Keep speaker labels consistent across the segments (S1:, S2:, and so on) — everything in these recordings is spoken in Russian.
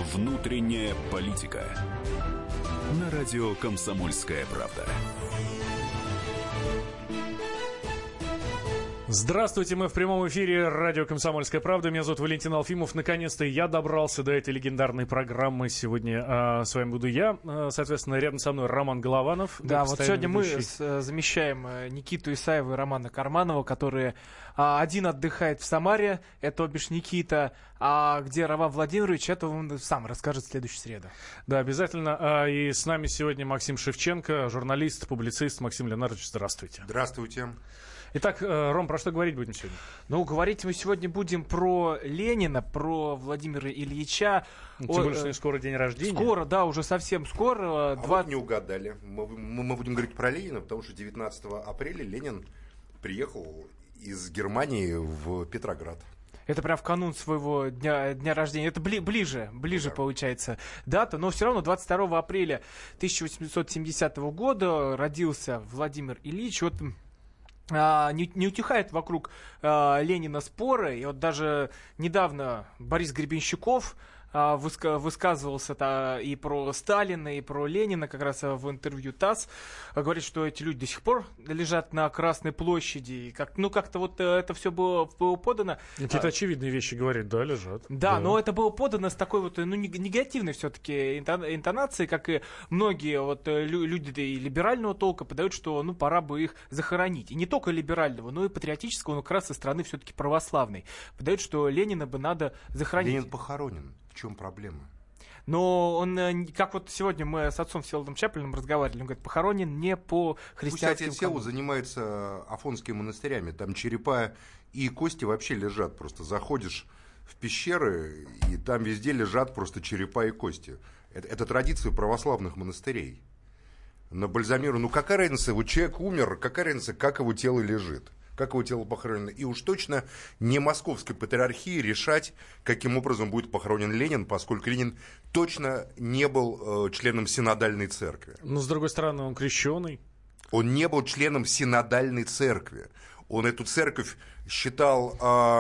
S1: Внутренняя политика. На радио «Комсомольская правда».
S2: Здравствуйте, мы в прямом эфире радио «Комсомольская правда». Меня зовут Валентин Алфимов. Наконец-то я добрался до этой легендарной программы. Сегодня с вами буду я. Соответственно, рядом со мной Роман Голованов.
S3: Да, вот сегодня ведущий. Мы замещаем Никиту Исаева и Романа Карманова, которые один отдыхает в Самаре, это бишь Никита, а где Роман Владимирович, это он сам расскажет в следующую среду.
S2: Да, обязательно. И с нами сегодня Максим Шевченко, журналист, публицист. Максим Леонардович, здравствуйте.
S4: Здравствуйте.
S2: Итак, Ром, про что говорить будем сегодня?
S3: Ну, говорить мы сегодня будем про Ленина, про Владимира Ильича.
S2: Тем более, что скоро день рождения.
S3: Скоро, да, уже совсем скоро.
S4: Вот не угадали. Мы будем говорить про Ленина, потому что 19 апреля Ленин приехал из Германии в Петроград.
S3: Это прям в канун своего дня рождения. Это ближе да. Получается, дата. Но все равно 22 апреля 1870 года родился Владимир Ильич. Вот не утихает вокруг Ленина споры. И вот даже недавно Борис Гребенщиков высказывался и про Сталина, и про Ленина, как раз в интервью ТАСС. Говорит, что эти люди до сих пор лежат на Красной площади. И как-то вот это все было подано.
S2: Какие-то очевидные вещи говорит, да, лежат.
S3: Да, но это было подано с такой вот негативной все-таки интонацией, как и многие вот люди либерального толка подают, что пора бы их захоронить. И не только либерального, но и патриотического, но как раз со стороны все-таки православной. Подают, что Ленина бы надо захоронить.
S4: Ленин похоронен. В чем проблема?
S3: Но он, как вот сегодня мы с отцом Всеволодом Чаплиным разговаривали, он говорит, похоронен не по христианским...
S4: Пусть отец Всеволод занимается афонскими монастырями, там черепа и кости вообще лежат, просто заходишь в пещеры, и там везде лежат просто черепа и кости. Это традиция православных монастырей. На бальзамиру, какая разница, вот человек умер, какая разница, как его тело лежит? Как его тело похоронено. И уж точно не московской патриархии решать, каким образом будет похоронен Ленин, поскольку Ленин точно не был членом синодальной церкви.
S2: Но, с другой стороны, он крещеный.
S4: Он не был членом синодальной церкви. Он эту церковь считал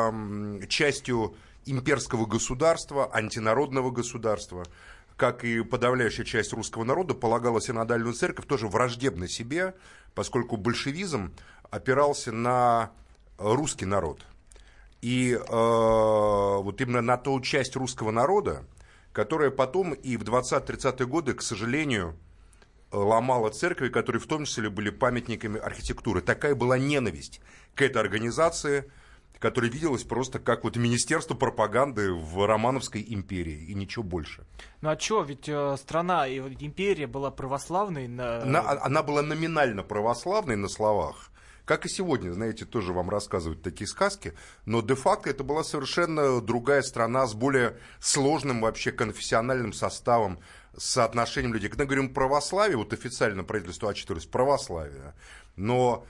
S4: частью имперского государства, антинародного государства. Как и подавляющая часть русского народа, полагала синодальную церковь тоже враждебно себе, поскольку большевизм опирался на русский народ. И вот именно на ту часть русского народа, которая потом и в 20-30-е годы, к сожалению, ломала церкви, которые в том числе были памятниками архитектуры. Такая была ненависть к этой организации, которая виделась просто как вот министерство пропаганды в Романовской империи, и ничего больше.
S3: Ну а что, ведь страна и империя была православной.
S4: Она была номинально православной на словах, как и сегодня, знаете, тоже вам рассказывают такие сказки, но де-факто это была совершенно другая страна с более сложным вообще конфессиональным составом, с соотношением людей. Когда мы говорим православие, вот официально правительство отчитывалось православие, но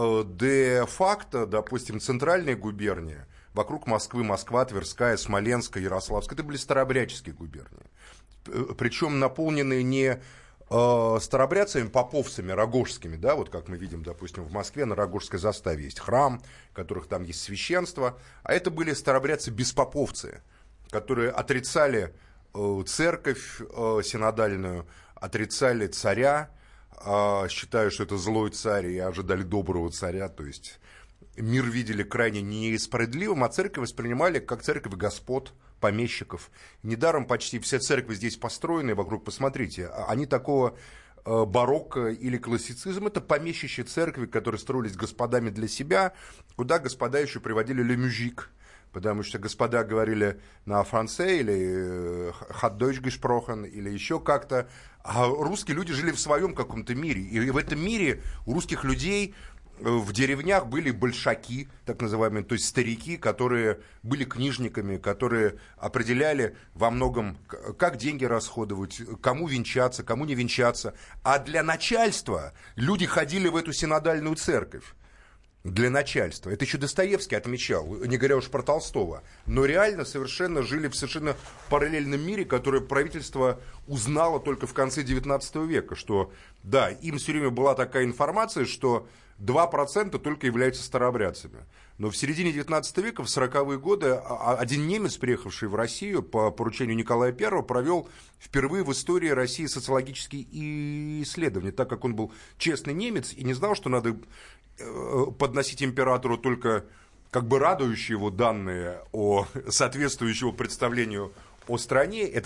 S4: де-факто, допустим, центральные губернии, вокруг Москвы, Москва, Тверская, Смоленская, Ярославская, это были старообрядческие губернии. Причем наполненные не старообрядцами, поповцами, рогожскими, да, вот как мы видим, допустим, в Москве на Рогожской заставе есть храм, в которых там есть священство, а это были старообрядцы-беспоповцы, которые отрицали церковь синодальную, отрицали царя, считая, что это злой царь, и ожидали доброго царя, то есть мир видели крайне несправедливым, а церковь воспринимали как церковь господ, помещиков. Недаром почти все церкви здесь построены вокруг, посмотрите, они такого барокко или классицизм, это помещичьи церкви, которые строились господами для себя, куда господа еще приводили le musique, потому что господа говорили на франце или hat Deutsch gesprochen, или еще как-то, а русские люди жили в своем каком-то мире, и в этом мире у русских людей в деревнях были большаки, так называемые, то есть старики, которые были книжниками, которые определяли во многом, как деньги расходовать, кому венчаться, кому не венчаться. А для начальства люди ходили в эту синодальную церковь. Для начальства. Это еще Достоевский отмечал, не говоря уж про Толстого. Но реально совершенно жили в совершенно параллельном мире, которое правительство узнало только в конце XIX века. Что, да, им все время была такая информация, что 2% только являются старообрядцами. Но в середине 19 века, в 40-е годы, один немец, приехавший в Россию по поручению Николая I, провел впервые в истории России социологические исследования, так как он был честный немец и не знал, что надо подносить императору только как бы радующие его данные о соответствующего представлению о стране. Эта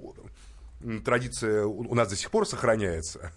S4: традиция у нас до сих пор сохраняется.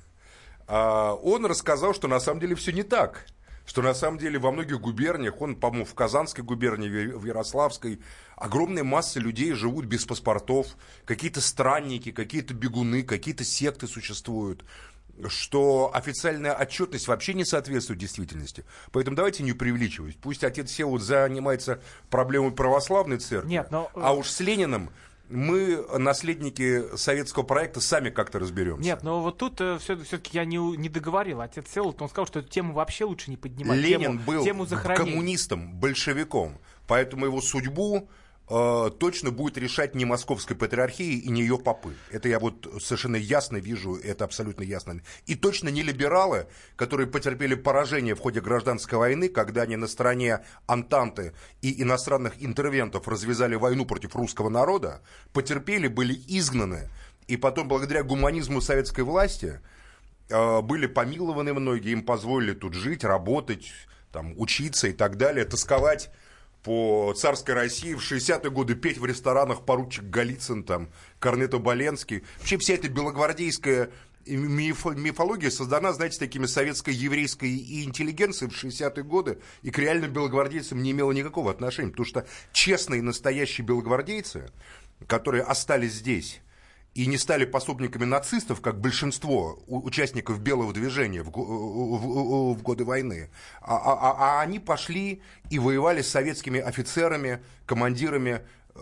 S4: Он рассказал, что на самом деле все не так. Что на самом деле во многих губерниях, он, по-моему, в Казанской губернии, в Ярославской, огромная масса людей живут без паспортов, какие-то странники, какие-то бегуны, какие-то секты существуют, что официальная отчетность вообще не соответствует действительности. Поэтому давайте не преувеличивать. Пусть отец Всеволод занимается проблемой православной церкви, а уж с Лениным мы, наследники советского проекта, сами как-то разберемся.
S3: Нет, но вот тут все-таки я не договорил. Отец Всеволод, он сказал, что эту тему вообще лучше не поднимать.
S4: Ленин был
S3: тему
S4: коммунистом, большевиком, поэтому его судьбу точно будет решать не Московская патриархия и не ее попы. Это я вот совершенно ясно вижу, это абсолютно ясно. И точно не либералы, которые потерпели поражение в ходе гражданской войны, когда они на стороне Антанты и иностранных интервентов развязали войну против русского народа, потерпели, были изгнаны, и потом благодаря гуманизму советской власти были помилованы многие, им позволили тут жить, работать, там, учиться и так далее, тосковать по царской России, в 60-е годы петь в ресторанах поручик Голицын, там, Корнето Боленский. Вообще вся эта белогвардейская мифология создана, знаете, такими советской, еврейской и интеллигенцией в 60-е годы, и к реальным белогвардейцам не имела никакого отношения, потому что честные настоящие белогвардейцы, которые остались здесь и не стали пособниками нацистов, как большинство участников белого движения в годы войны, а они пошли и воевали с советскими офицерами, командирами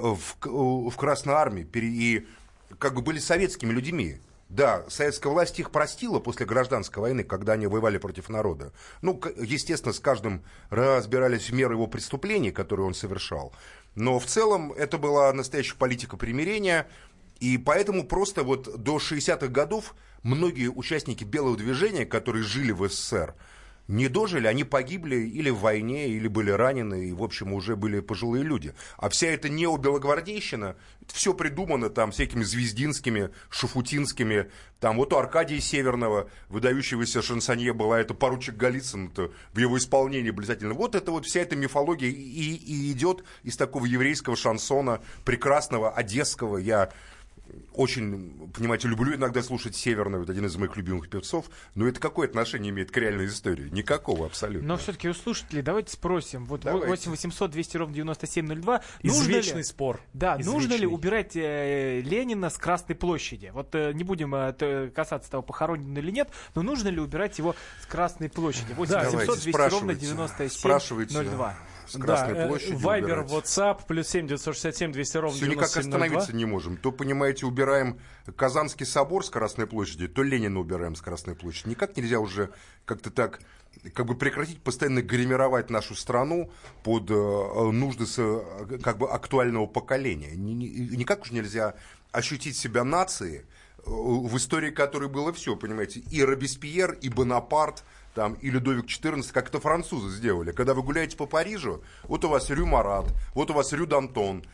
S4: в Красной Армии, и как бы были советскими людьми. Да, советская власть их простила после гражданской войны, когда они воевали против народа. Ну, естественно, с каждым разбирались в меру его преступлений, которые он совершал. Но в целом это была настоящая политика примирения. И поэтому просто вот до 60-х годов многие участники белого движения, которые жили в СССР, не дожили, они погибли или в войне, или были ранены, и, в общем, уже были пожилые люди. А вся эта необелогвардейщина, это все придумано там всякими Звездинскими, Шафутинскими, там вот у Аркадия Северного, выдающегося шансонье, была это поручик Голицын, это в его исполнении блистательно. Вот это вот вся эта мифология и идет из такого еврейского шансона, прекрасного, одесского. Я очень, понимаете, люблю иногда слушать Северного, это один из моих любимых певцов, но это какое отношение имеет к реальной истории? Никакого абсолютно.
S3: Но все-таки у слушателей давайте спросим. Вот 8 800 200 ровно 9702.
S2: Извечный спор.
S3: Да, нужно ли убирать Ленина с Красной площади? Вот не будем касаться того, похоронен или нет, но нужно ли убирать его с Красной площади? 8 800 200 ровно 9702.
S4: С Красной площади
S2: Вайбер, WhatsApp, +7 967 200 ровно 9702.
S4: Все никак остановиться не можем. То, понимаете, убираем Казанский собор с Красной площади, то Ленина убираем с Красной площади. Никак нельзя уже как-то так, как бы прекратить постоянно гримировать нашу страну под нужды как бы актуального поколения. Никак уже нельзя ощутить себя нацией, в истории которой было все, понимаете, и Робеспьер, и Бонапарт, там, и Людовик XIV, как это французы сделали. Когда вы гуляете по Парижу, вот у вас Рю Марат, вот у вас Рю Д'Антон,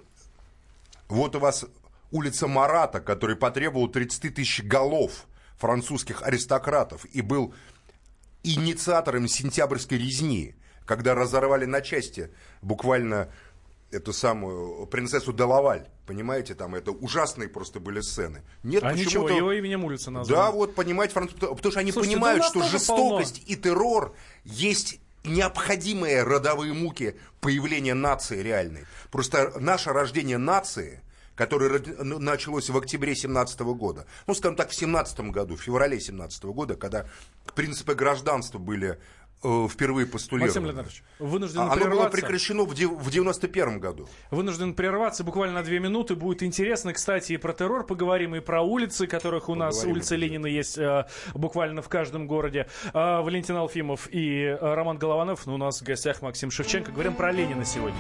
S4: вот у вас улица Марата, который потребовал 30 тысяч голов французских аристократов и был инициатором сентябрьской резни, когда разорвали на части буквально эту самую принцессу Делаваль. Понимаете, там это ужасные просто были сцены. Нет,
S2: а ничего, его именем улица назвали.
S4: Да, вот, понимаете, потому что они понимают, что жестокость и террор есть необходимые родовые муки появления нации реальной. Просто наше рождение нации, которое началось в октябре 17 года, ну, скажем так, в 17 году, в феврале 17 года, когда принципы гражданства были впервые постулировано.
S2: Максим Леонидович, вынужден
S4: прерваться. Оно было прекращено в 91 году.
S2: Вынужден прерваться буквально на 2 минуты. Будет интересно, кстати, и про террор поговорим, и про улицы, которых у нас, улица Ленина есть буквально в каждом городе. Валентин Алфимов и Роман Голованов. У нас в гостях Максим Шевченко. Говорим про Ленина сегодня.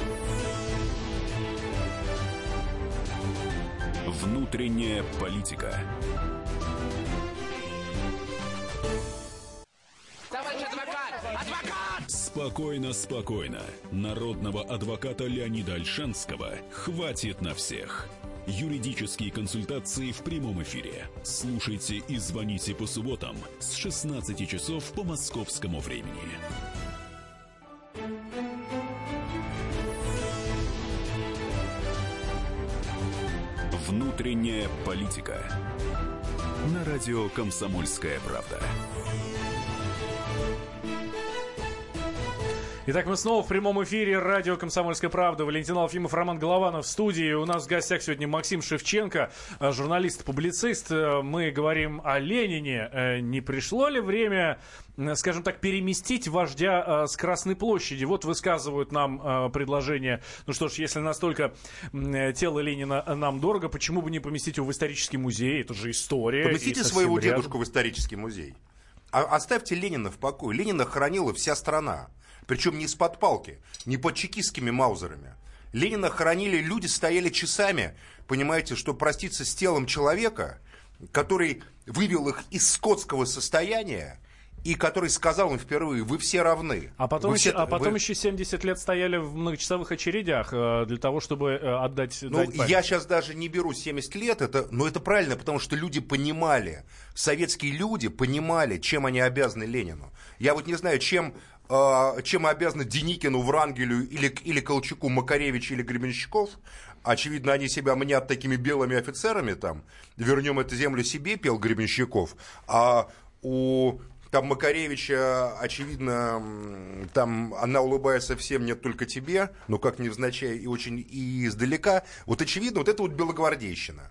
S1: Внутренняя политика.
S5: Товарищ адвокат!
S1: Спокойно, спокойно. Народного адвоката Леонида Ольшанского хватит на всех. Юридические консультации в прямом эфире. Слушайте и звоните по субботам с 16 часов по московскому времени. Внутренняя политика. На радио «Комсомольская правда».
S2: Итак, мы снова в прямом эфире радио «Комсомольская правда». Валентин Алфимов, Роман Голованов в студии. У нас в гостях сегодня Максим Шевченко, журналист-публицист. Мы говорим о Ленине. Не пришло ли время, скажем так, переместить вождя с Красной площади? Вот высказывают нам предложение. Ну что ж, если настолько тело Ленина нам дорого, почему бы не поместить его в исторический музей? Это же история.
S4: Поместите своего дедушку в исторический музей. Оставьте Ленина в покое. Ленина хоронила вся страна. Причем не из-под палки, не под чекистскими маузерами. Ленина хоронили, люди стояли часами, понимаете, что проститься с телом человека, который вывел их из скотского состояния, и который сказал им впервые: вы все равны.
S2: А потом еще 70 лет стояли в многочасовых очередях для того, чтобы отдать память.
S4: Я сейчас даже не беру 70 лет, но это правильно, потому что люди понимали, советские люди понимали, чем они обязаны Ленину. Я вот не знаю, чем обязаны Деникину, Врангелю или Колчаку, Макаревичу или Гребенщиков. Очевидно, они себя мнят такими белыми офицерами, там, вернем эту землю себе, пел Гребенщиков, а у там Макаревича, очевидно, там она улыбается всем, нет только тебе, но как невзначай и очень и издалека. Вот очевидно, вот это вот белогвардейщина.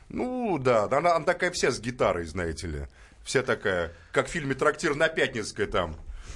S4: Ну да, она такая вся с гитарой, знаете ли. Вся такая, как в фильме «Трактир на Пятницкой» там.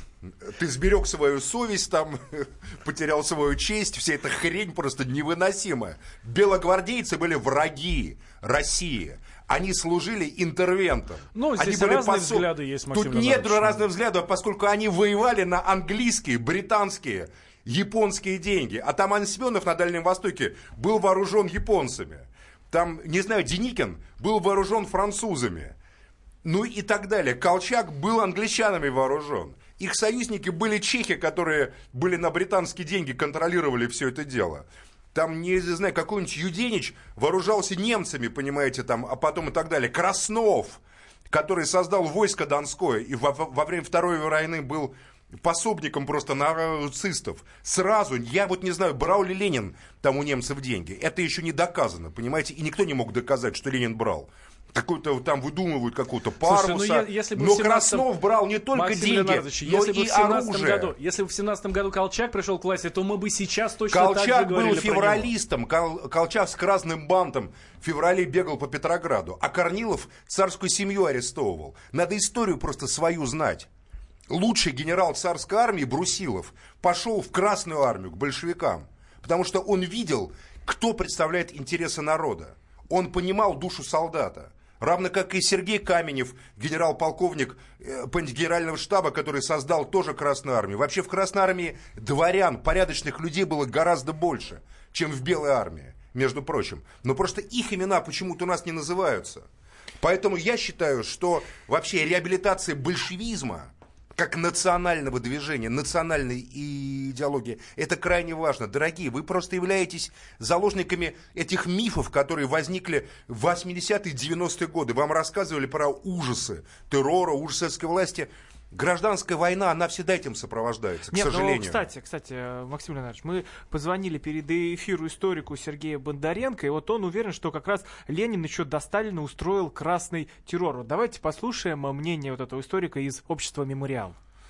S4: Ты сберег свою совесть, там, потерял свою честь, вся эта хрень просто невыносимая. Белогвардейцы были враги России. Они служили интервентом.
S2: Ну, здесь
S4: они были
S2: разные взгляды есть, Максим
S4: Тут нет разных взглядов, поскольку они воевали на английские, британские, японские деньги. А там Семенов на Дальнем Востоке был вооружен японцами. Там, не знаю, Деникин был вооружен французами. Ну и так далее. Колчак был англичанами вооружен. Их союзники были чехи, которые были на британские деньги, контролировали все это дело. Там, не знаю, какой-нибудь Юденич вооружался немцами, понимаете, там, а потом и так далее. Краснов, который создал войско Донское и во время Второй войны был пособником просто нацистов. Сразу, я вот не знаю, брал ли Ленин там у немцев деньги. Это еще не доказано, понимаете, и никто не мог доказать, что Ленин брал. Какой-то там выдумывают какого-то паруса. Но Краснов брал не только деньги, но и оружие.
S2: Если бы в 17 году Колчак пришел к власти, то мы бы сейчас точно так же говорили про него.
S4: Колчак был февралистом. Колчак с красным бантом в феврале бегал по Петрограду. А Корнилов царскую семью арестовывал. Надо историю просто свою знать. Лучший генерал царской армии Брусилов пошел в Красную армию, к большевикам. Потому что он видел, кто представляет интересы народа. Он понимал душу солдата. Равно как и Сергей Каменев, генерал-полковник генерального штаба, который создал тоже Красную армию. Вообще в Красной армии дворян, порядочных людей было гораздо больше, чем в Белой армии, между прочим. Но просто их имена почему-то у нас не называются. Поэтому я считаю, что вообще реабилитация большевизма как национального движения, национальной идеологии, это крайне важно. Дорогие, вы просто являетесь заложниками этих мифов, которые возникли в 80-е, 90-е годы. Вам рассказывали про ужасы террора, ужасы советской власти. Гражданская война, она всегда этим сопровождается, к сожалению.
S3: Кстати, Максим Леонидович, мы позвонили перед эфиру историку Сергею Бондаренко, и вот он уверен, что как раз Ленин еще до Сталина устроил красный террор. Вот давайте послушаем мнение вот этого историка из общества «Мемориал».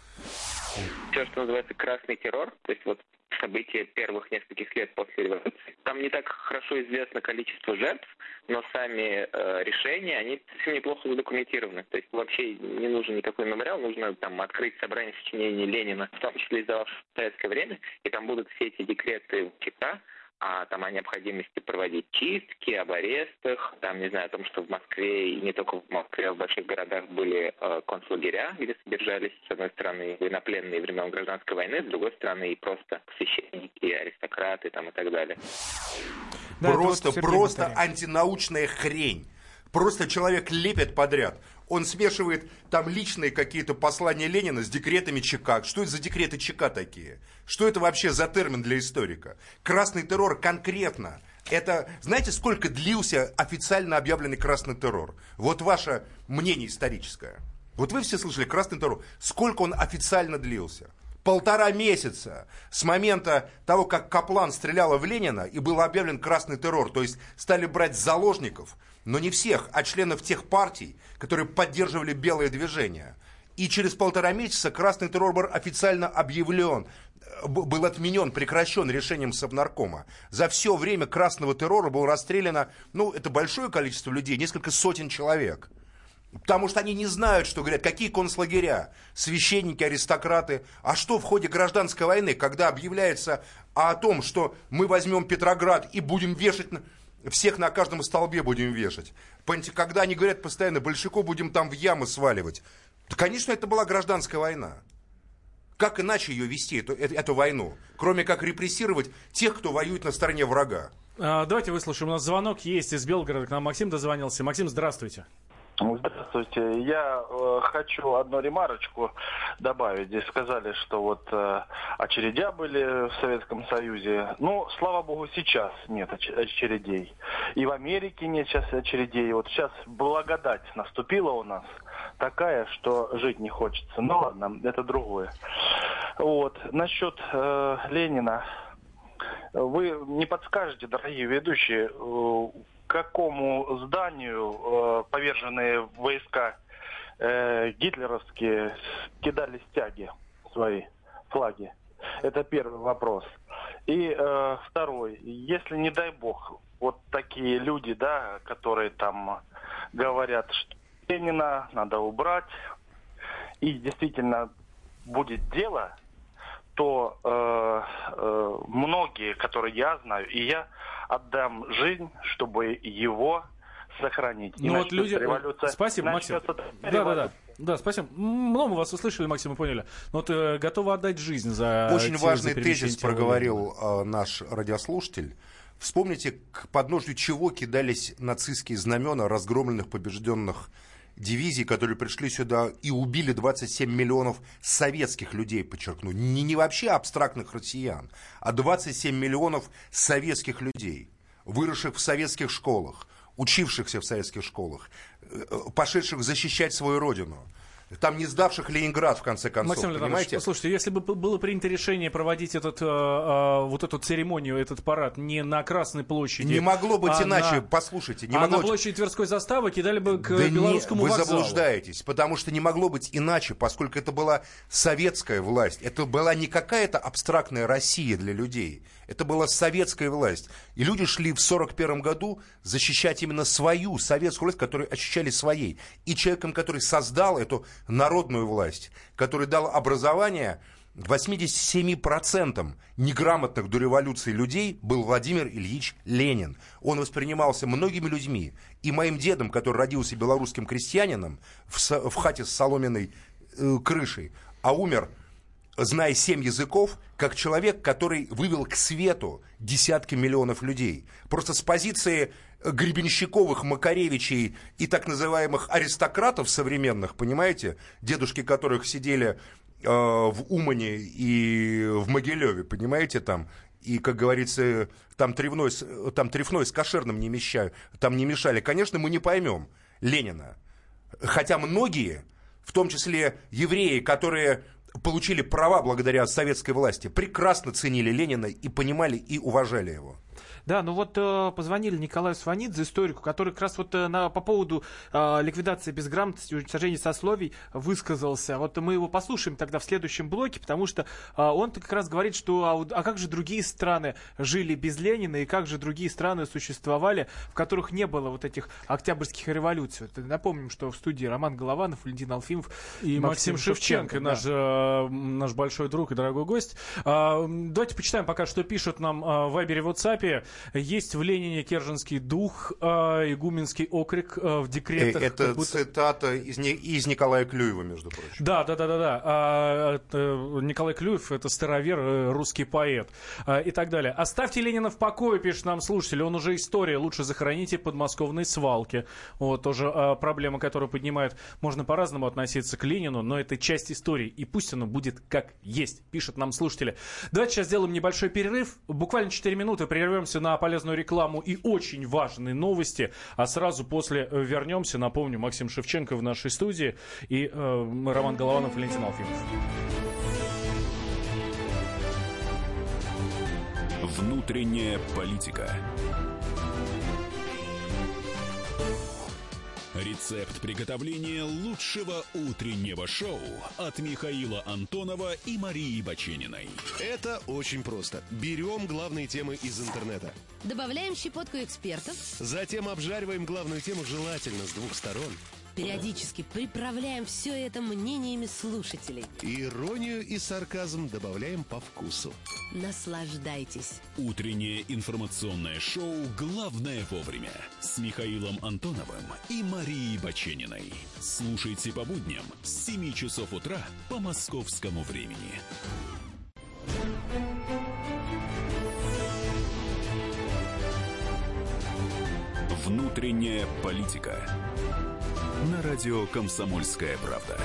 S5: Все, что называется красный террор, то есть вот события первых нескольких лет после революции, там не так хорошо известно количество жертв, но сами решения, они совсем неплохо задокументированы. То есть вообще не нужен никакой мемориал, нужно там открыть собрание сочинений Ленина, в том числе издававшего в советское время, и там будут все эти декреты ЧК, там о необходимости проводить чистки, об арестах, там, не знаю, о том, что в Москве, и не только в Москве, а в больших городах были концлагеря, где содержались, с одной стороны, военнопленные времен гражданской войны, с другой стороны, и просто священники, аристократы там, и так далее.
S4: Да, просто антинаучная хрень. Просто человек лепит подряд. Он смешивает там личные какие-то послания Ленина с декретами ЧК. Что это за декреты ЧК такие? Что это вообще за термин для историка? Красный террор конкретно. Это, знаете, сколько длился официально объявленный красный террор? Вот ваше мнение историческое. Вот вы все слышали красный террор. Сколько он официально длился? 1,5 месяца с момента того, как Каплан стреляла в Ленина и был объявлен красный террор. То есть стали брать заложников, но не всех, а членов тех партий, которые поддерживали белое движение. И через 1,5 месяца красный террор был официально объявлен, был отменен, прекращен решением Совнаркома. За все время красного террора было расстреляно, это большое количество людей, несколько сотен человек. Потому что они не знают, что говорят, какие концлагеря, священники, аристократы. А что в ходе гражданской войны, когда объявляется о том, что мы возьмем Петроград и будем вешать, всех на каждом столбе будем вешать. Понимаете, когда они говорят постоянно, большевиков будем там в ямы сваливать. То, конечно, это была гражданская война. Как иначе ее вести, эту войну, кроме как репрессировать тех, кто воюет на стороне врага?
S2: Давайте выслушаем. У нас звонок есть из Белгорода. К нам Максим дозвонился. Максим, здравствуйте.
S6: Здравствуйте. Я хочу одну ремарочку добавить. Здесь сказали, что вот очередя были в Советском Союзе. Слава богу, сейчас нет очередей. И в Америке нет сейчас очередей. Вот сейчас благодать наступила у нас такая, что жить не хочется. Ладно, это другое. Вот. Насчет Ленина. Вы не подскажете, дорогие ведущие, какому зданию поверженные войска гитлеровские кидали стяги свои, флаги? Это первый вопрос. И второй. Если, не дай бог, вот такие люди, да, которые там говорят, что Ленина надо убрать, и действительно будет дело, то многие, которые я знаю, и я отдам жизнь, чтобы его сохранить.
S2: Вот люди... Спасибо, Максим. Да, спасибо. Мы вас услышали, Максим, мы поняли. Но вот готовы отдать жизнь за...
S4: Очень важный тезис проговорил наш радиослушатель. Вспомните, к подножию чего кидались нацистские знамена разгромленных, побежденных дивизий, которые пришли сюда и убили 27 миллионов советских людей, подчеркну. Не вообще абстрактных россиян, а 27 миллионов советских людей, выросших в советских школах, учившихся в советских школах, пошедших защищать свою родину. Там не сдавших Ленинград, в конце концов,
S2: Максим
S4: понимаете?
S2: Слушайте, если бы было принято решение проводить вот эту церемонию, этот парад не на Красной площади...
S4: Не могло быть иначе, послушайте. Не могло...
S2: на площади Тверской заставы кидали бы к Белорусскому вокзалу.
S4: Вы заблуждаетесь, потому что не могло быть иначе, поскольку это была советская власть. Это была не какая-то абстрактная Россия для людей. Это была советская власть. И люди шли в 1941 году защищать именно свою советскую власть, которую ощущали своей. И человеком, который создал эту народную власть, который дал образование 87% неграмотных до революции людей, был Владимир Ильич Ленин. Он воспринимался многими людьми. И моим дедом, который родился белорусским крестьянином в хате с соломенной крышей, а умер, зная 7 языков, как человек, который вывел к свету десятки миллионов людей. Просто с позиции Гребенщиковых, Макаревичей и так называемых аристократов современных, понимаете, дедушки которых сидели в Умане и в Могилеве, понимаете, там, и, как говорится, там трефной с кошерным не мешали. Конечно, мы не поймем Ленина. Хотя многие, в том числе евреи, которые получили права благодаря советской власти, прекрасно ценили Ленина и понимали и уважали его.
S3: Да, позвонили Николаю Сванидзе, историку, который как раз по поводу ликвидации безграмотности, уничтожения сословий высказался. Вот мы его послушаем тогда в следующем блоке, потому что он как раз говорит, что а как же другие страны жили без Ленина, и как же другие страны существовали, в которых не было вот этих октябрьских революций. Напомним, что в студии Роман Голованов, Валентин Алфимов и Максим Шевченко,
S2: наш большой друг и дорогой гость. Давайте почитаем пока, что пишут нам в Вайбере, в WhatsApp. есть в Ленине керженский дух, игуменский окрик в декретах.
S4: Это цитата из Николая Клюева, между прочим.
S2: Да. Николай Клюев — это старовер, русский поэт и так далее. Оставьте Ленина в покое, пишет нам слушатель, он уже история, лучше захороните подмосковной свалки. Вот тоже проблема, которую поднимает. Можно по-разному относиться к Ленину, но это часть истории, и пусть оно будет как есть, пишет нам слушатели. Давайте сейчас сделаем небольшой перерыв, буквально 4 минуты, прервемся на полезную рекламу и очень важные новости, а сразу после вернемся. Напомню, Максим Шевченко в нашей студии и Роман Голованов, Валентин Алфимов.
S1: Внутренняя политика. Рецепт приготовления лучшего утреннего шоу от Михаила Антонова и Марии Бачениной.
S7: Это очень просто. Берем главные темы из интернета.
S8: Добавляем щепотку экспертов.
S7: Затем обжариваем главную тему желательно с 2 сторон.
S8: Периодически приправляем все это мнениями слушателей.
S7: Иронию и сарказм добавляем по вкусу.
S8: Наслаждайтесь.
S1: Утреннее информационное шоу «Главное вовремя» с Михаилом Антоновым и Марией Бачениной. Слушайте по будням с 7 часов утра по московскому времени. Внутренняя политика. На радио «Комсомольская правда».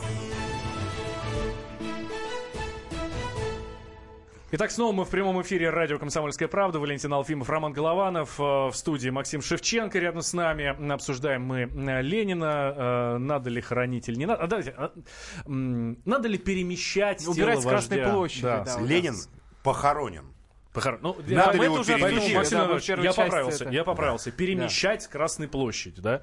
S2: Итак, снова мы в прямом эфире радио «Комсомольская правда». Валентин Алфимов, Роман Голованов. В студии Максим Шевченко рядом с нами. Обсуждаем мы Ленина. Надо ли хоронить или не надо? Надо ли перемещать
S3: убирать
S2: тело
S3: с Красной площади.
S2: Да.
S4: Ленин похоронен.
S2: Ну,
S4: Надо ли его перемещать?
S2: Максим Иванович, я поправился. Перемещать с Красной площади, да?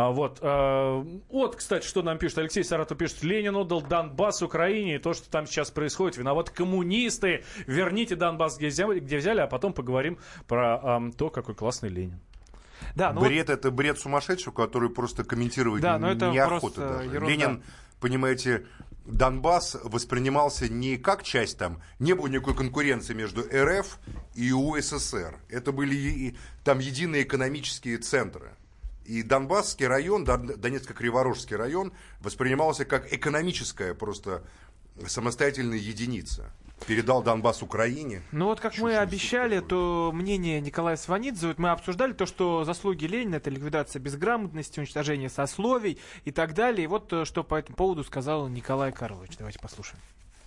S2: Вот, кстати, что нам пишет. Алексей Саратов пишет: Ленин отдал Донбасс Украине, и то, что там сейчас происходит, виноваты коммунисты. Верните Донбасс, где взяли, а потом поговорим про то, какой классный Ленин.
S3: Да,
S4: бред, это бред сумасшедшего, который просто комментировать неохота даже. Ленин, понимаете, Донбасс воспринимался не как часть, там не было никакой конкуренции между РФ и УССР. Это были там единые экономические центры. И Донбасский район, Донецко-Криворожский район воспринимался как экономическая просто самостоятельная единица. Передал Донбасс Украине.
S3: Ну вот как мы обещали, то мнение Николая Сванидзе, вот мы обсуждали то, что заслуги Ленина — это ликвидация безграмотности, уничтожение сословий и так далее. И вот что по этому поводу сказал Николай Карлович. Давайте послушаем.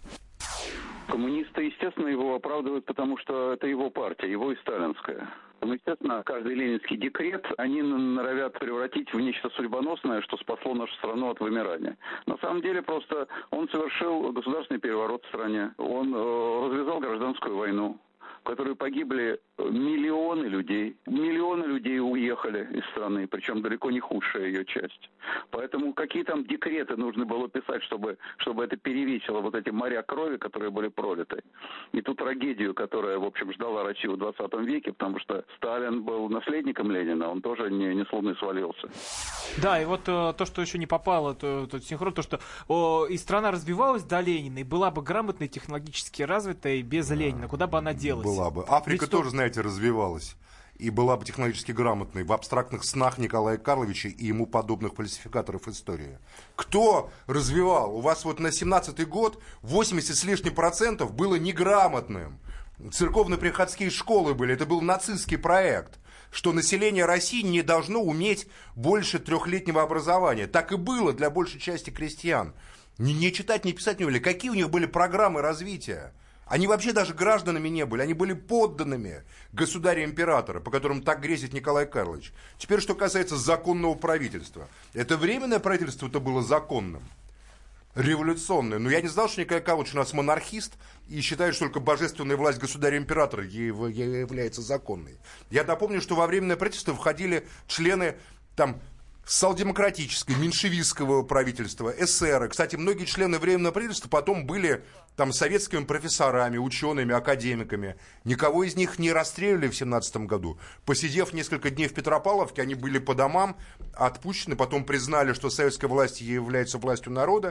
S9: Коммунисты, естественно, его оправдывают, потому что это его партия, его и сталинская. Ну, естественно, каждый ленинский декрет они норовят превратить в нечто судьбоносное, что спасло нашу страну от вымирания. На самом деле, просто он совершил государственный переворот в стране. Он развязал гражданскую войну, в которой погибли миллионы людей. Миллионы людей уехали из страны, причем далеко не худшая ее часть. Поэтому какие там декреты нужно было писать, чтобы это перевесило вот эти моря крови, которые были пролиты. И ту трагедию, которая, в общем, ждала Россию в 20 веке, потому что Сталин был наследником Ленина, он тоже не с Луны свалился.
S3: Да, и вот то, что еще не попало, тот синхрон, то, что и страна развивалась до Ленина, и была бы грамотной, технологически развитой без Ленина, куда бы она делась?
S4: Была бы. Африка тоже, знаете, развивалась. И была бы технологически грамотной в абстрактных снах Николая Карловича и ему подобных фальсификаторов истории. Кто развивал? У вас вот на 17-й год 80 с лишним процентов было неграмотным. Церковно-приходские школы были. Это был нацистский проект. Что население России не должно уметь больше 3-летнего образования. Так и было для большей части крестьян. Не читать, не писать не умели. Какие у них были программы развития? Они вообще даже гражданами не были, они были подданными государя-императора, по которым так грезит Николай Карлович. Теперь, что касается законного правительства. Это временное правительство-то было законным, революционное. Но я не знал, что Николай Карлович у нас монархист и считает, что только божественная власть государя-императора является законной. Я напомню, что во временное правительство входили члены там социал-демократического, меньшевистского правительства, эсеры. Кстати, многие члены Временного правительства потом были там советскими профессорами, учеными, академиками. Никого из них не расстреляли в 1917 году. Посидев несколько дней в Петропавловке, они были по домам отпущены, потом признали, что советская власть является властью народа,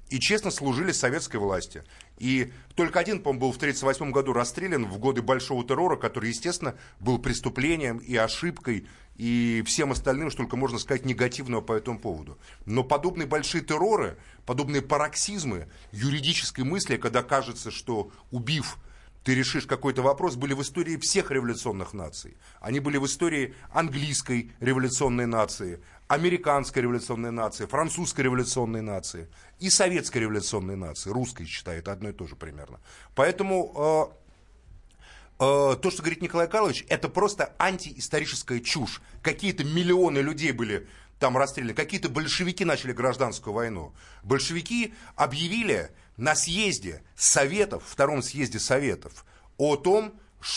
S4: и честно служили советской власти. И только один, по-моему, был в 1938 году расстрелян в годы Большого террора, который, естественно, был преступлением и ошибкой, и всем остальным, что только можно сказать негативного по этому поводу. Но подобные большие терроры, подобные пароксизмы юридической мысли, когда кажется, что убив, ты решишь какой-то вопрос, были в истории всех революционных наций. Они были в истории английской революционной нации, американской революционной нации, французской революционной нации и советской революционной нации, русской, считаю, это одно и то же примерно. Поэтому то, что говорит Николай Карлович, это просто антиисторическая чушь. Какие-то миллионы людей были там расстреляны, какие-то большевики начали гражданскую войну. Большевики объявили на съезде Советов, втором съезде Советов, о том,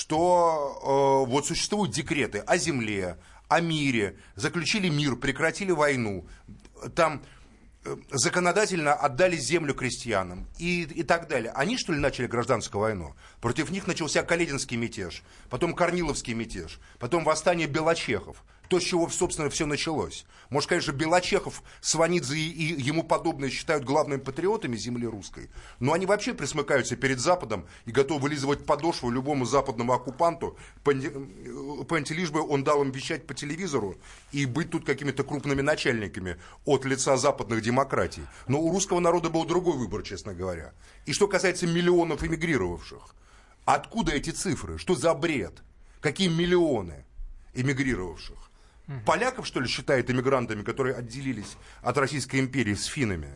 S4: что вот существуют декреты о земле, о мире, заключили мир, прекратили войну, там законодательно отдали землю крестьянам и так далее. Они, что ли, начали гражданскую войну? Против них начался Калединский мятеж, потом Корниловский мятеж, потом восстание белочехов. То, с чего, собственно, все началось. Может, конечно, Белочехов, Сванидзе и ему подобные считают главными патриотами земли русской, но они вообще присмыкаются перед Западом и готовы вылизывать подошву любому западному оккупанту, лишь бы он дал им вещать по телевизору и быть тут какими-то крупными начальниками от лица западных демократий. Но у русского народа был другой выбор, честно говоря. И что касается миллионов эмигрировавших, откуда эти цифры? Что за бред? Какие миллионы эмигрировавших? Поляков, что ли, считают эмигрантами, которые отделились от Российской империи с финнами?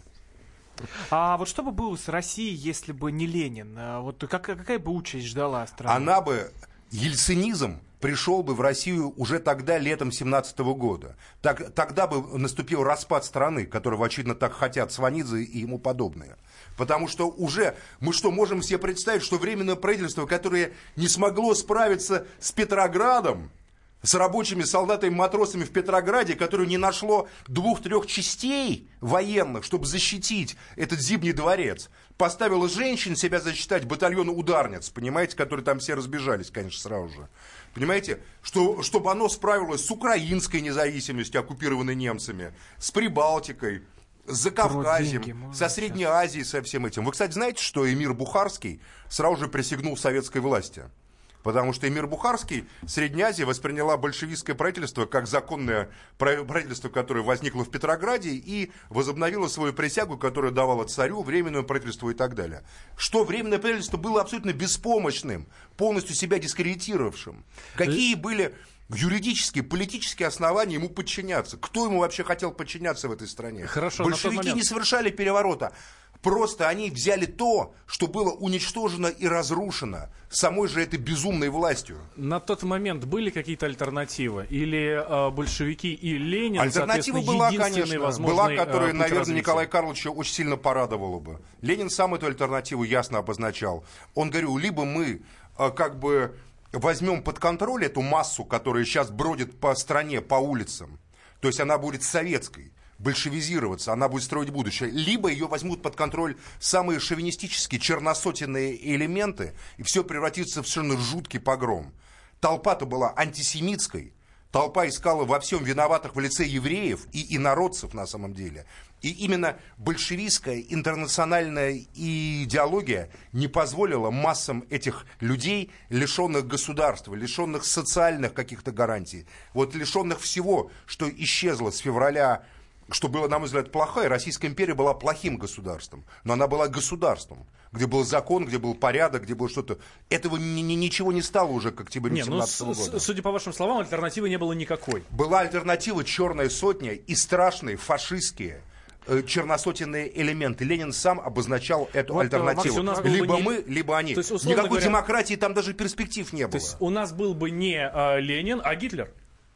S3: А вот что бы было с Россией, если бы не Ленин? Вот какая бы участь ждала страну?
S4: Она бы, ельцинизм пришел бы в Россию уже тогда, летом 1917 года. Тогда бы наступил распад страны, которого, очевидно, так хотят Сванидзе и ему подобные. Потому что уже мы что, можем себе представить, что Временное правительство, которое не смогло справиться с Петроградом, с рабочими солдатами, матросами в Петрограде, которое не нашло 2-3 частей военных, чтобы защитить этот Зимний дворец, поставило женщин себя защищать, батальон ударниц, понимаете, которые там все разбежались, конечно, сразу же. Понимаете, чтобы оно справилось с украинской независимостью, оккупированной немцами, с Прибалтикой, с Закавказьем, со Средней Азией, со всем этим. Вы, кстати, знаете, что эмир Бухарский сразу же присягнул советской власти? Потому что эмир Бухарский, Средняя Азия восприняла большевистское правительство как законное правительство, которое возникло в Петрограде и возобновило свою присягу, которую давало царю, Временному правительству и так далее. Что Временное правительство было абсолютно беспомощным, полностью себя дискредитировавшим. Какие были юридические, политические основания ему подчиняться? Кто ему вообще хотел подчиняться в этой стране?
S2: Хорошо,
S4: большевики не совершали переворота. Просто они взяли то, что было уничтожено и разрушено самой же этой безумной властью.
S2: На тот момент были какие-то альтернативы? Или большевики и Ленин,
S4: альтернатива была,
S2: единственный возможный
S4: была, которая, наверное,
S2: развития?
S4: Николая Карловича очень сильно порадовала бы. Ленин сам эту альтернативу ясно обозначал. Он говорил, либо мы как бы возьмем под контроль эту массу, которая сейчас бродит по стране, по улицам, то есть она будет советской, большевизироваться, она будет строить будущее, либо ее возьмут под контроль самые шовинистические, черносотенные элементы, и все превратится в совершенно жуткий погром. Толпа-то была антисемитской, толпа искала во всем виноватых в лице евреев и инородцев на самом деле. И именно большевистская интернациональная идеология не позволила массам этих людей, лишенных государства, лишенных социальных каких-то гарантий, вот лишенных всего, что исчезло с февраля, что было, на мой взгляд, плохое. Российская империя была плохим государством, но она была государством, где был закон, где был порядок, где было что-то. Этого ничего не стало уже к октябрю 1917 года.
S2: Судя по вашим словам, альтернативы не было никакой.
S4: Была альтернатива «Черная сотня» и страшные фашистские черносотенные элементы. Ленин сам обозначал эту альтернативу.
S2: Макс,
S4: либо мы, либо они.
S2: есть,
S4: никакой
S2: говоря,
S4: демократии там даже перспектив не было.
S2: То есть у нас был бы не Ленин, а Гитлер?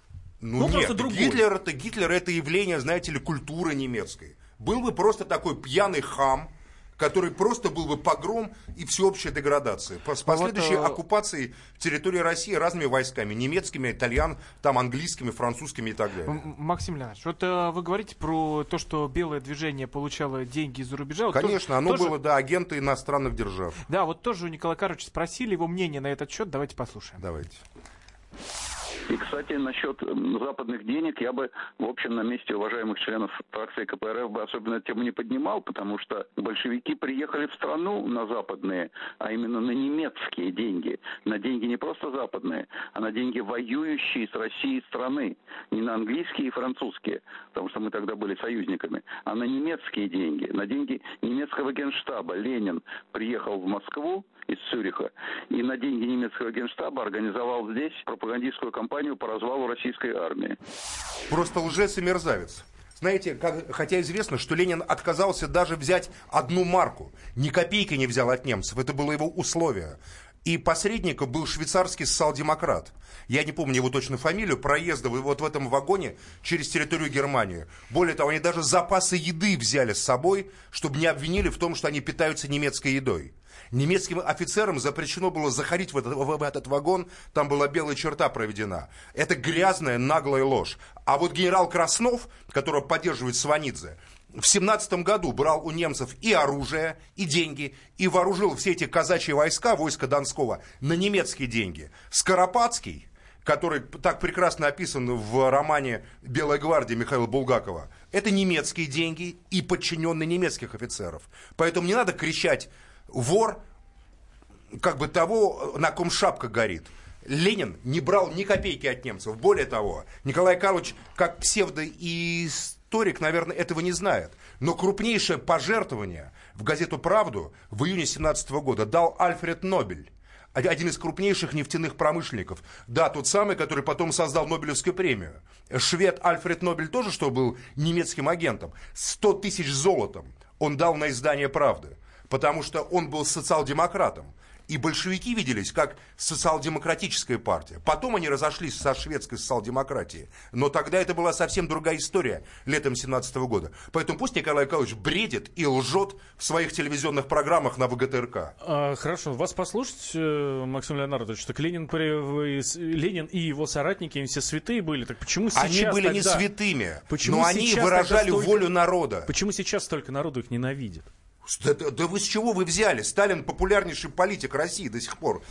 S4: Ну нет,
S2: просто другой.
S4: Гитлер это явление, знаете ли, культуры немецкой. Был бы просто такой пьяный хам, который просто был бы погром и всеобщая деградация. С последующей оккупацией территории России разными войсками, немецкими, там английскими, французскими и так далее.
S3: Максим Леонидович, вот вы говорите про то, что белое движение получало деньги из-за рубежа. Вот
S4: конечно, оно было, да, агенты иностранных держав.
S3: Да, вот тоже у Николая Карловича спросили его мнение на этот счет. Давайте послушаем.
S4: Давайте.
S9: И, кстати, насчет западных денег я бы, в общем, на месте уважаемых членов фракции КПРФ бы особенно эту тему не поднимал, потому что большевики приехали в страну на западные, а именно на немецкие деньги. На деньги не просто западные, а на деньги воюющие с Россией страны. Не на английские и французские, потому что мы тогда были союзниками, а на немецкие деньги. На деньги немецкого генштаба Ленин приехал в Москву из Цюриха и на деньги немецкого генштаба организовал здесь пропагандистскую кампанию по развалу российской армии.
S4: Просто лжец и мерзавец. Знаете, хотя известно, что Ленин отказался даже взять 1 марку. Ни копейки не взял от немцев. Это было его условие. И посредником был швейцарский социал-демократ. Я не помню его точно фамилию, проездов вот в этом вагоне через территорию Германии. Более того, они даже запасы еды взяли с собой, чтобы не обвинили в том, что они питаются немецкой едой. Немецким офицерам запрещено было заходить в этот вагон, там была белая черта проведена. Это грязная, наглая ложь. А вот генерал Краснов, которого поддерживает Сванидзе, в 17 году брал у немцев и оружие, и деньги, и вооружил все эти казачьи войска, войска Донского, на немецкие деньги. Скоропадский, который так прекрасно описан в романе «Белая гвардия» Михаила Булгакова, это немецкие деньги и подчиненные немецких офицеров. Поэтому не надо кричать «вор», как бы того, на ком шапка горит. Ленин не брал ни копейки от немцев. Более того, Николай Карлович, как псевдоисторик, наверное, этого не знает. Но крупнейшее пожертвование в газету «Правду» в июне 17 года дал Альфред Нобель, один из крупнейших нефтяных промышленников. Да, тот самый, который потом создал Нобелевскую премию. Швед Альфред Нобель тоже, что был немецким агентом. 100 тысяч золотом он дал на издание «Правды», потому что он был социал-демократом. И большевики виделись как социал-демократическая партия. Потом они разошлись со шведской социал-демократией. Но тогда это была совсем другая история, летом 17 года. Поэтому пусть Николай Николаевич бредит и лжет в своих телевизионных программах на ВГТРК.
S2: Хорошо, вас послушать, Максим Леонардович, так Ленин и его соратники, они все святые были. Так почему сейчас
S4: они были
S2: тогда...
S4: не святыми, но они выражали волю народа.
S2: Почему сейчас столько народу их ненавидит?
S4: Да вы с чего вы взяли? Сталин популярнейший политик России до сих пор.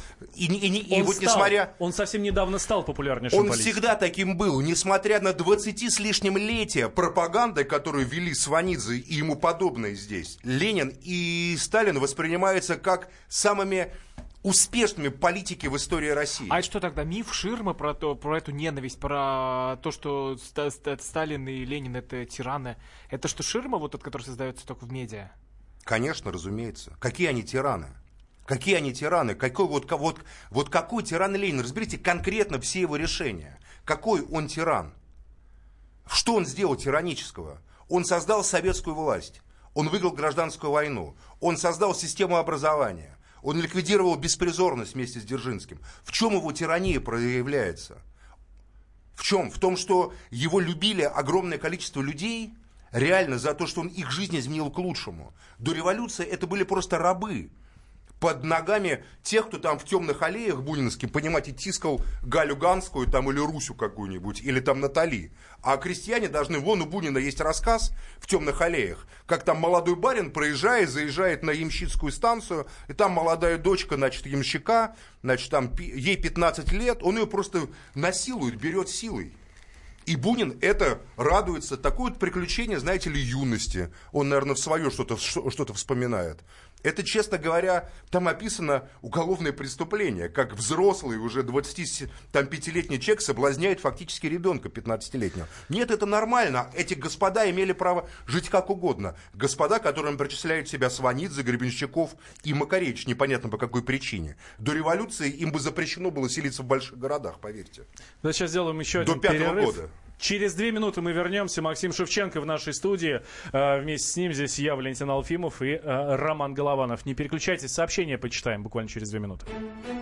S2: Он совсем недавно стал популярнейшим политиком.
S4: Он всегда таким был, несмотря на 20 с лишним летия пропаганды, которую вели Сванидзе и ему подобные здесь. Ленин и Сталин воспринимаются как самыми успешными политики в истории России.
S3: А это что тогда, миф Ширмы про эту ненависть, про то, что Сталин и Ленин это тираны? Это что, Ширма, вот тот, который создается только в медиа?
S4: Конечно, разумеется. Какие они тираны? Какие они тираны? Какой тиран Ленин? Разберите конкретно все его решения. Какой он тиран? Что он сделал тиранического? Он создал советскую власть. Он выиграл гражданскую войну. Он создал систему образования. Он ликвидировал беспризорность вместе с Дзержинским. В чем его тирания проявляется? В чем? В том, что его любили огромное количество людей, реально за то, что он их жизнь изменил к лучшему. До революции это были просто рабы. Под ногами тех, кто там в темных аллеях бунинских, понимаете, тискал Галю Ганскую там, или Русю какую-нибудь, или там Натали. А крестьяне должны, вон у Бунина есть рассказ в темных аллеях, как там молодой барин, проезжает, заезжает на ямщицкую станцию, и там молодая дочка, значит, ямщика, значит, там ей 15 лет, он ее просто насилует, берет силой. И Бунин это радуется. Такое вот приключение, знаете ли, юности. Он, наверное, в свое что-то вспоминает. Это, честно говоря, там описано уголовное преступление, как взрослый, уже 25-летний человек соблазняет фактически ребенка 15-летнего. Нет, это нормально. Эти господа имели право жить как угодно. Господа, которым причисляют себя Сванидзе, Гребенщиков и Макаревич, непонятно по какой причине. До революции им бы запрещено было селиться в больших городах, поверьте.
S2: Да, сейчас сделаем еще один перерыв. До 5-го года. Через 2 минуты мы вернемся. Максим Шевченко в нашей студии. Вместе с ним здесь я, Валентин Алфимов, и Роман Голованов. Не переключайтесь, сообщения почитаем буквально через 2 минуты.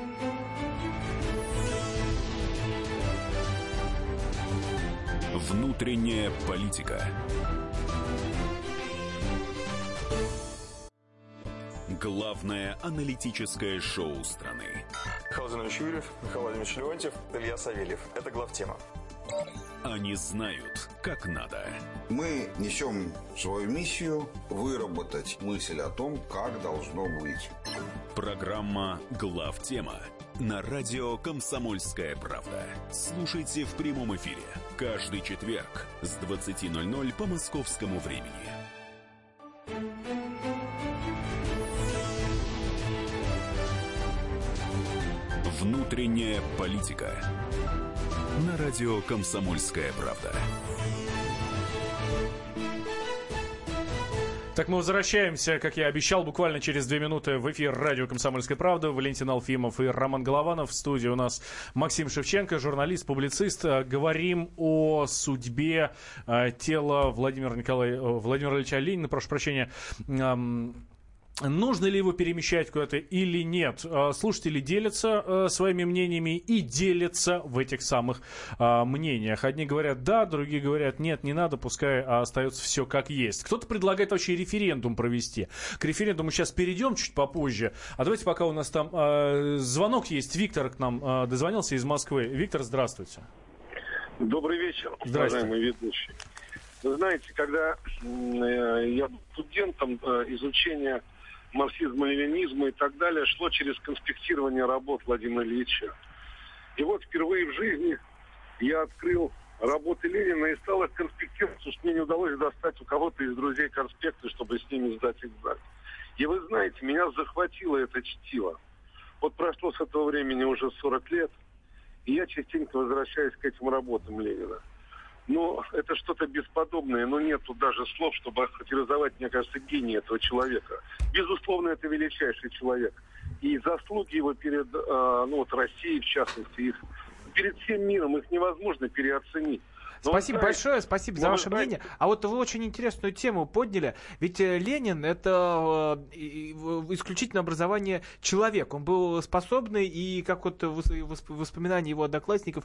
S1: Внутренняя политика. Главное аналитическое шоу страны.
S10: Михаил Владимирович Юрьев, Михаил Владимирович Леонтьев, Илья Савельев. Это главтема.
S1: Они знают, как надо.
S11: Мы несем свою миссию выработать мысль о том, как должно быть.
S1: Программа «Главтема» на радио «Комсомольская правда». Слушайте в прямом эфире каждый четверг с 20:00 по московскому времени. Внутренняя политика. На радио «Комсомольская правда».
S2: Так, мы возвращаемся, как я обещал, буквально через 2 минуты в эфир радио «Комсомольская правда». Валентин Алфимов и Роман Голованов. В студии у нас Максим Шевченко, журналист, публицист. Говорим о судьбе тела Владимира Ильича Ленина, прошу прощения. Нужно ли его перемещать куда-то или нет? Слушатели делятся своими мнениями и делятся в этих самых мнениях. Одни говорят да, другие говорят нет, не надо, пускай остается все как есть. Кто-то предлагает вообще референдум провести. К референдуму сейчас перейдем чуть попозже. А давайте пока у нас там звонок есть. Виктор к нам дозвонился из Москвы. Виктор, здравствуйте.
S12: Добрый вечер, уважаемый ведущий. Вы знаете, когда я был студентом, изучения марксизма, ленинизма и так далее шло через конспектирование работ Владимира Ильича. И вот впервые в жизни я открыл работы Ленина и стал их конспектировать, потому что мне не удалось достать у кого-то из друзей конспекты, чтобы с ними сдать экзамен. И вы знаете, меня захватило это чтиво. Вот прошло с этого времени уже 40 лет, и я частенько возвращаюсь к этим работам Ленина. Но это что-то бесподобное, но нету даже слов, чтобы охарактеризовать, мне кажется, гений этого человека. Безусловно, это величайший человек. И заслуги его перед Россией, в частности, их перед всем миром, их невозможно переоценить.
S3: Спасибо большое, спасибо за ваше мнение. А вот вы очень интересную тему подняли. Ведь Ленин — это исключительно образование человека. Он был способный, и, как вот воспоминания его одноклассников,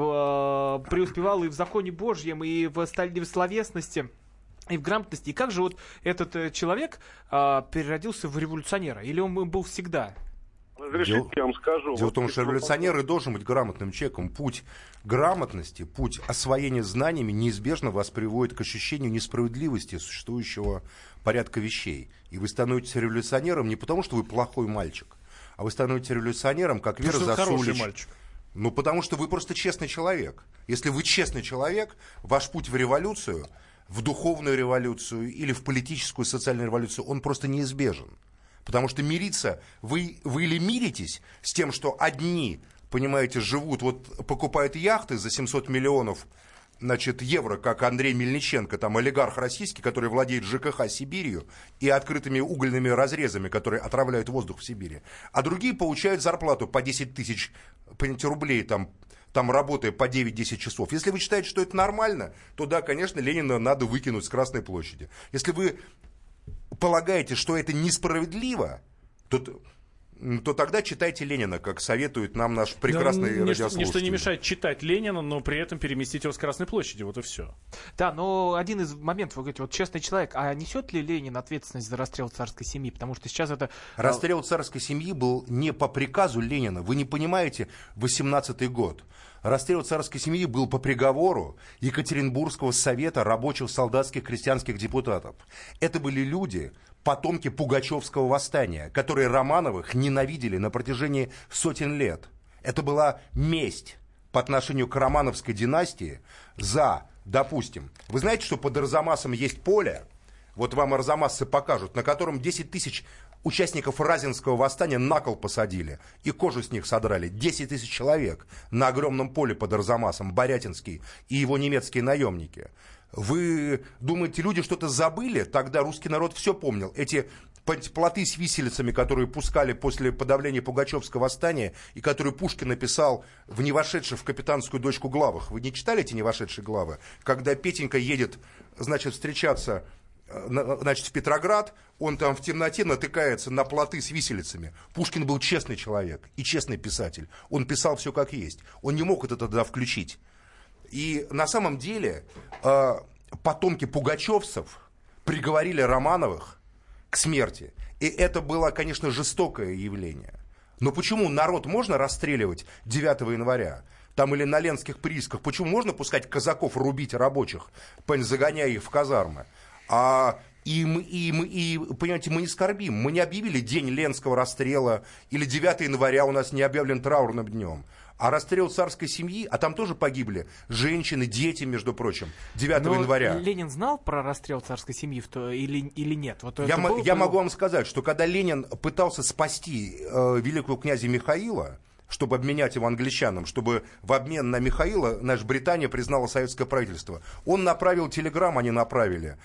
S3: преуспевал и в законе Божьем, и в словесности, и в грамотности. И как же вот этот человек переродился в революционера? Или он был всегда?
S12: Разрешите, я вам скажу.
S4: Дело в том, что революционер и должен быть грамотным человеком. Путь грамотности, путь освоения знаниями неизбежно вас приводит к ощущению несправедливости существующего порядка вещей. И вы становитесь революционером не потому, что вы плохой мальчик, а вы становитесь революционером, как Вера Засулич. Ну, потому что вы просто честный человек. Если вы честный человек, ваш путь в революцию, в духовную революцию или в политическую, социальную революцию, он просто неизбежен. Потому что мириться, вы или миритесь с тем, что одни, понимаете, живут, вот покупают яхты за 700 миллионов евро, как Андрей Мельниченко, там олигарх российский, который владеет ЖКХ Сибирью и открытыми угольными разрезами, которые отравляют воздух в Сибири. А другие получают зарплату по 10 тысяч рублей, там работая по 9-10 часов. Если вы считаете, что это нормально, то да, конечно, Ленина надо выкинуть с Красной площади. Если вы полагаете, что это несправедливо, то тогда читайте Ленина, как советует нам наш прекрасный радиослушатель.
S2: Ничто не мешает читать Ленина, но при этом переместить его с Красной площади, вот и все.
S3: Да, но один из моментов, вы говорите, вот честный человек, а несет ли Ленин ответственность за расстрел царской семьи? Потому что сейчас это...
S4: Расстрел царской семьи был не по приказу Ленина, вы не понимаете, 18-й год. Расстрел царской семьи был по приговору Екатеринбургского совета рабочих, солдатских, крестьянских депутатов. Это были люди, потомки Пугачевского восстания, которые Романовых ненавидели на протяжении сотен лет. Это была месть по отношению к Романовской династии за, допустим, вы знаете, что под Арзамасом есть поле, вот вам арзамасцы покажут, на котором 10 тысяч участников Разинского восстания на кол посадили и кожу с них содрали. 10 тысяч человек на огромном поле под Арзамасом, Борятинский и его немецкие наемники. Вы думаете, люди что-то забыли? Тогда русский народ все помнил. Эти плоты с виселицами, которые пускали после подавления Пугачевского восстания, и которые Пушкин написал в «Не вошедших в капитанскую дочку» главах. Вы не читали эти «Не вошедшие» главы? Когда Петенька едет, встречаться в Петроград, он там в темноте натыкается на плоты с виселицами. Пушкин был честный человек и честный писатель. Он писал все как есть. Он не мог это тогда включить. И на самом деле потомки пугачевцев приговорили Романовых к смерти. И это было, конечно, жестокое явление. Но почему народ можно расстреливать 9 января? Там или на Ленских приисках. Почему можно пускать казаков рубить рабочих, загоняя их в казармы? А И понимаете, мы не скорбим. Мы не объявили день Ленского расстрела, или 9 января у нас не объявлен траурным днем. А расстрел царской семьи, а там тоже погибли женщины, дети, между прочим, 9 января.
S3: Ленин знал про расстрел царской семьи или нет? Вот
S4: я могу вам сказать, что когда Ленин пытался спасти великого князя Михаила, чтобы обменять его англичанам, чтобы в обмен на Михаила наша Британия признала советское правительство, он направил телеграмму, они направили.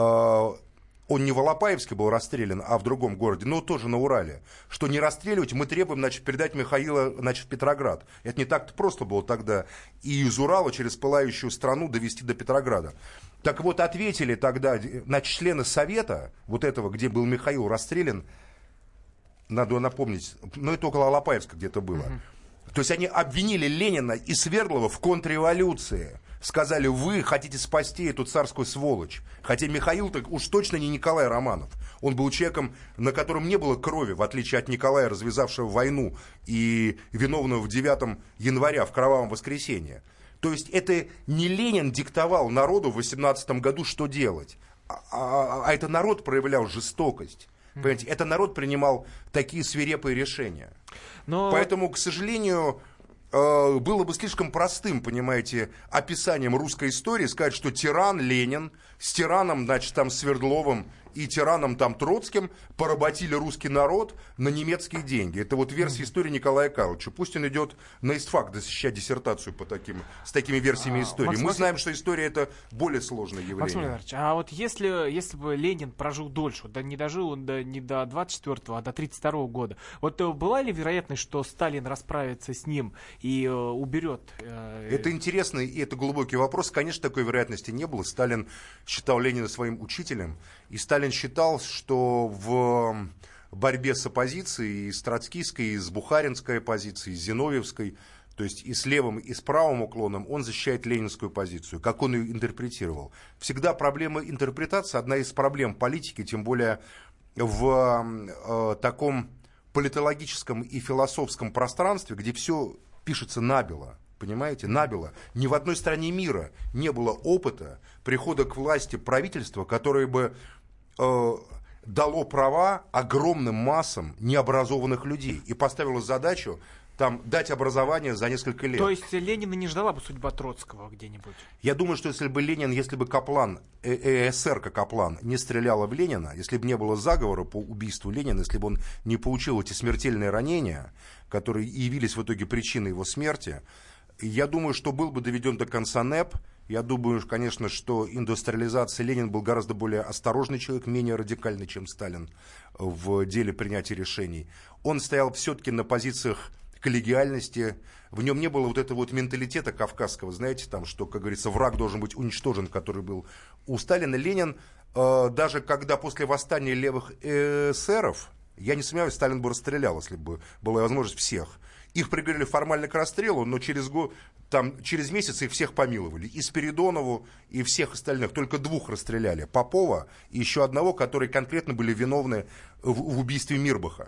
S4: Он не в Алапаевске был расстрелян, а в другом городе, но тоже на Урале. Что не расстреливать, мы требуем, передать Михаила, в Петроград. Это не так-то просто было тогда. И из Урала через пылающую страну довести до Петрограда. Так вот, ответили тогда, члены Совета, вот этого, где был Михаил расстрелян, надо напомнить, это около Алапаевска где-то было. То есть они обвинили Ленина и Свердлова в контрреволюции. Сказали, вы хотите спасти эту царскую сволочь. Хотя Михаил-то уж точно не Николай Романов. Он был человеком, на котором не было крови, в отличие от Николая, развязавшего войну и виновного в 9 января, в кровавом воскресенье. То есть это не Ленин диктовал народу в 18 году, что делать. А это народ проявлял жестокость. Понимаете, это народ принимал такие свирепые решения. Поэтому, к сожалению, было бы слишком простым, понимаете, описанием русской истории сказать, что тиран Ленин с тираном, Свердловым и тираном Троцким поработили русский народ на немецкие деньги. Это вот версия истории Николая Карловича. Пусть он идет на истфак защищать диссертацию с такими версиями истории. Мы знаем, что история — это более сложное явление.
S3: Максим Леонидович, а вот если бы Ленин прожил дольше, не дожил он не до 24-го, а до 32-го года, вот была ли вероятность, что Сталин расправится с ним и уберет?
S4: Это интересный и это глубокий вопрос. Конечно, такой вероятности не было. Сталин считал Ленина своим учителем. И Сталин считал, что в борьбе с оппозицией, и с троцкистской, и с бухаринской оппозицией, и с зиновьевской, то есть и с левым, и с правым уклоном, он защищает ленинскую позицию, как он ее интерпретировал. Всегда проблема интерпретации, одна из проблем политики, тем более в таком политологическом и философском пространстве, где все пишется набело. Понимаете, набело. Ни в одной стране мира не было опыта прихода к власти правительства, которое бы дало права огромным массам необразованных людей и поставило задачу дать образование за несколько лет.
S3: То есть Ленина не ждала бы судьба Троцкого где-нибудь?
S4: Я думаю, что если бы Каплан, эсерка Каплан не стреляла в Ленина, если бы не было заговора по убийству Ленина, если бы он не получил эти смертельные ранения, которые явились в итоге причиной его смерти, я думаю, что был бы доведен до конца НЭП. Я думаю, конечно, что индустриализация Ленин был гораздо более осторожный человек, менее радикальный, чем Сталин в деле принятия решений. Он стоял все-таки на позициях коллегиальности. В нем не было вот этого менталитета кавказского, знаете, что, как говорится, враг должен быть уничтожен, который был у Сталина. Ленин, даже когда после восстания левых эсеров, я не сомневаюсь, Сталин бы расстрелял, если бы была возможность, всех. Их приговорили формально к расстрелу, но через месяц их всех помиловали. И Спиридонову, и всех остальных. Только 2 расстреляли. Попова и еще одного, которые конкретно были виновны в убийстве Мирбаха.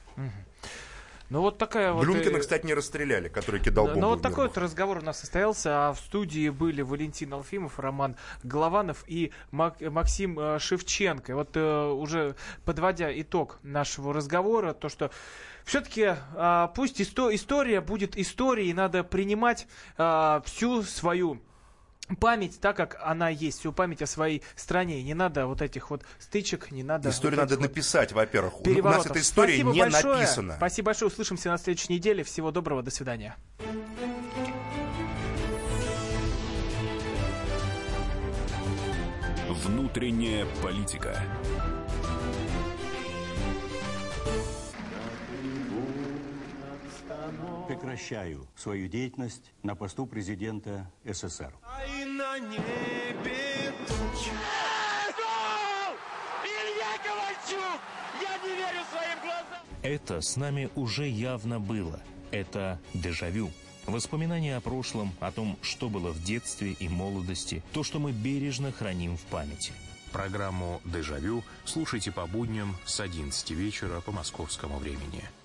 S4: Блюмкина, кстати, не расстреляли, который кидал бомбу.
S3: Вот такой разговор у нас состоялся. А в студии были Валентин Алфимов, Роман Голованов и Максим Шевченко. Вот уже подводя итог нашего разговора, то, что все-таки пусть история будет историей, надо принимать всю свою память так, как она есть, всю память о своей стране. Не надо вот этих стычек, не надо...
S4: Историю надо написать, во-первых. У нас эта история
S3: Спасибо
S4: не
S3: большое.
S4: написана.
S3: Спасибо большое. Услышимся на следующей неделе. Всего доброго. До свидания.
S1: Внутренняя политика.
S13: Прекращаю свою деятельность на посту президента СССР.
S14: На небе тучи. Илья Ковальчук! Я не верю своим глазам!
S15: Это с нами уже явно было. Это дежавю. Воспоминания о прошлом, о том, что было в детстве и молодости, то, что мы бережно храним в памяти.
S16: Программу «Дежавю» слушайте по будням с 11 вечера по московскому времени.